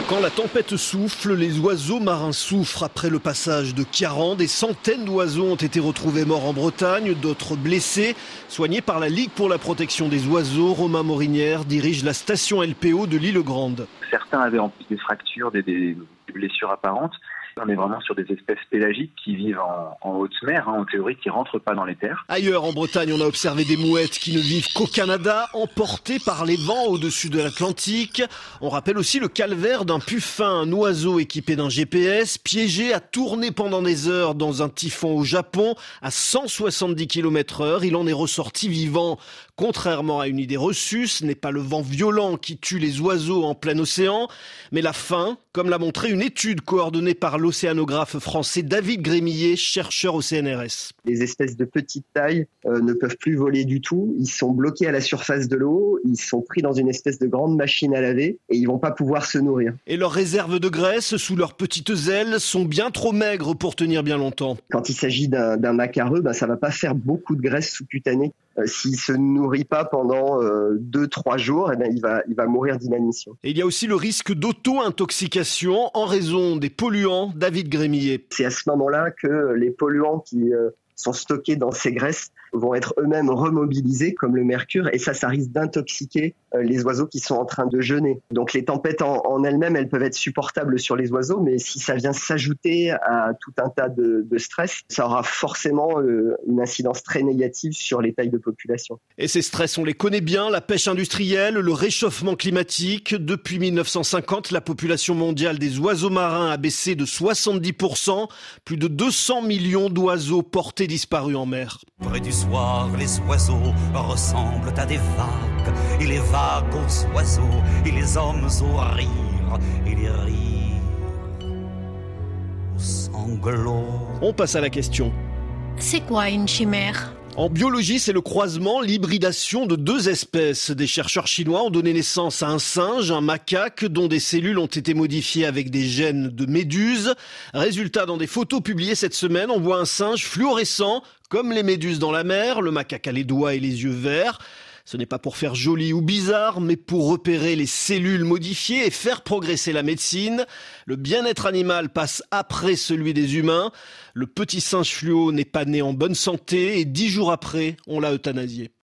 Quand la tempête souffle, les oiseaux marins souffrent. Après le passage de Ciarán, des centaines d'oiseaux ont été retrouvés morts en Bretagne, d'autres blessés. Soignés par la Ligue pour la protection des oiseaux, Romain Morinière dirige la station LPO de l'Île-Grande. Certains avaient en plus des fractures, des blessures apparentes. On est vraiment sur des espèces pélagiques qui vivent en haute mer, en théorie, qui ne rentrent pas dans les terres. Ailleurs en Bretagne, on a observé des mouettes qui ne vivent qu'au Canada, emportées par les vents au-dessus de l'Atlantique. On rappelle aussi le calvaire d'un puffin, un oiseau équipé d'un GPS, piégé à tourner pendant des heures dans un typhon au Japon à 170 km/h. Il en est ressorti vivant. Contrairement à une idée reçue, ce n'est pas le vent violent qui tue les oiseaux en plein océan, mais la faim, comme l'a montré une étude coordonnée par l'océanographe français David Grémillet, chercheur au CNRS. Les espèces de petite taille ne peuvent plus voler du tout. Ils sont bloqués à la surface de l'eau, ils sont pris dans une espèce de grande machine à laver et ils vont pas pouvoir se nourrir. Et leurs réserves de graisse sous leurs petites ailes sont bien trop maigres pour tenir bien longtemps. Quand il s'agit d'un macareux, ça va pas faire beaucoup de graisse sous-cutanée. S'il se nourrit pas pendant 2-3 jours, il va mourir d'inanition. Et il y a aussi le risque d'auto-intoxication en raison des polluants. David Grémillet. C'est à ce moment-là que les polluants qui sont stockés dans ces graisses vont être eux-mêmes remobilisés comme le mercure et ça risque d'intoxiquer les oiseaux qui sont en train de jeûner. Donc les tempêtes en elles-mêmes, elles peuvent être supportables sur les oiseaux, mais si ça vient s'ajouter à tout un tas de stress, ça aura forcément une incidence très négative sur les tailles de population. Et ces stress, on les connaît bien, la pêche industrielle, le réchauffement climatique. Depuis 1950, la population mondiale des oiseaux marins a baissé de 70%, plus de 200 millions d'oiseaux portés disparus en mer. Près du soir, les oiseaux ressemblent à des vagues, et les vagues aux oiseaux, et les hommes au rire, et les rires aux sanglots. On passe à la question. C'est quoi une chimère ? En biologie, c'est le croisement, l'hybridation de deux espèces. Des chercheurs chinois ont donné naissance à un singe, un macaque, dont des cellules ont été modifiées avec des gènes de méduses. Résultat, dans des photos publiées cette semaine, on voit un singe fluorescent, comme les méduses dans la mer. Le macaque a les doigts et les yeux verts. Ce n'est pas pour faire joli ou bizarre, mais pour repérer les cellules modifiées et faire progresser la médecine. Le bien-être animal passe après celui des humains. Le petit singe fluo n'est pas né en bonne santé et 10 jours après, on l'a euthanasié.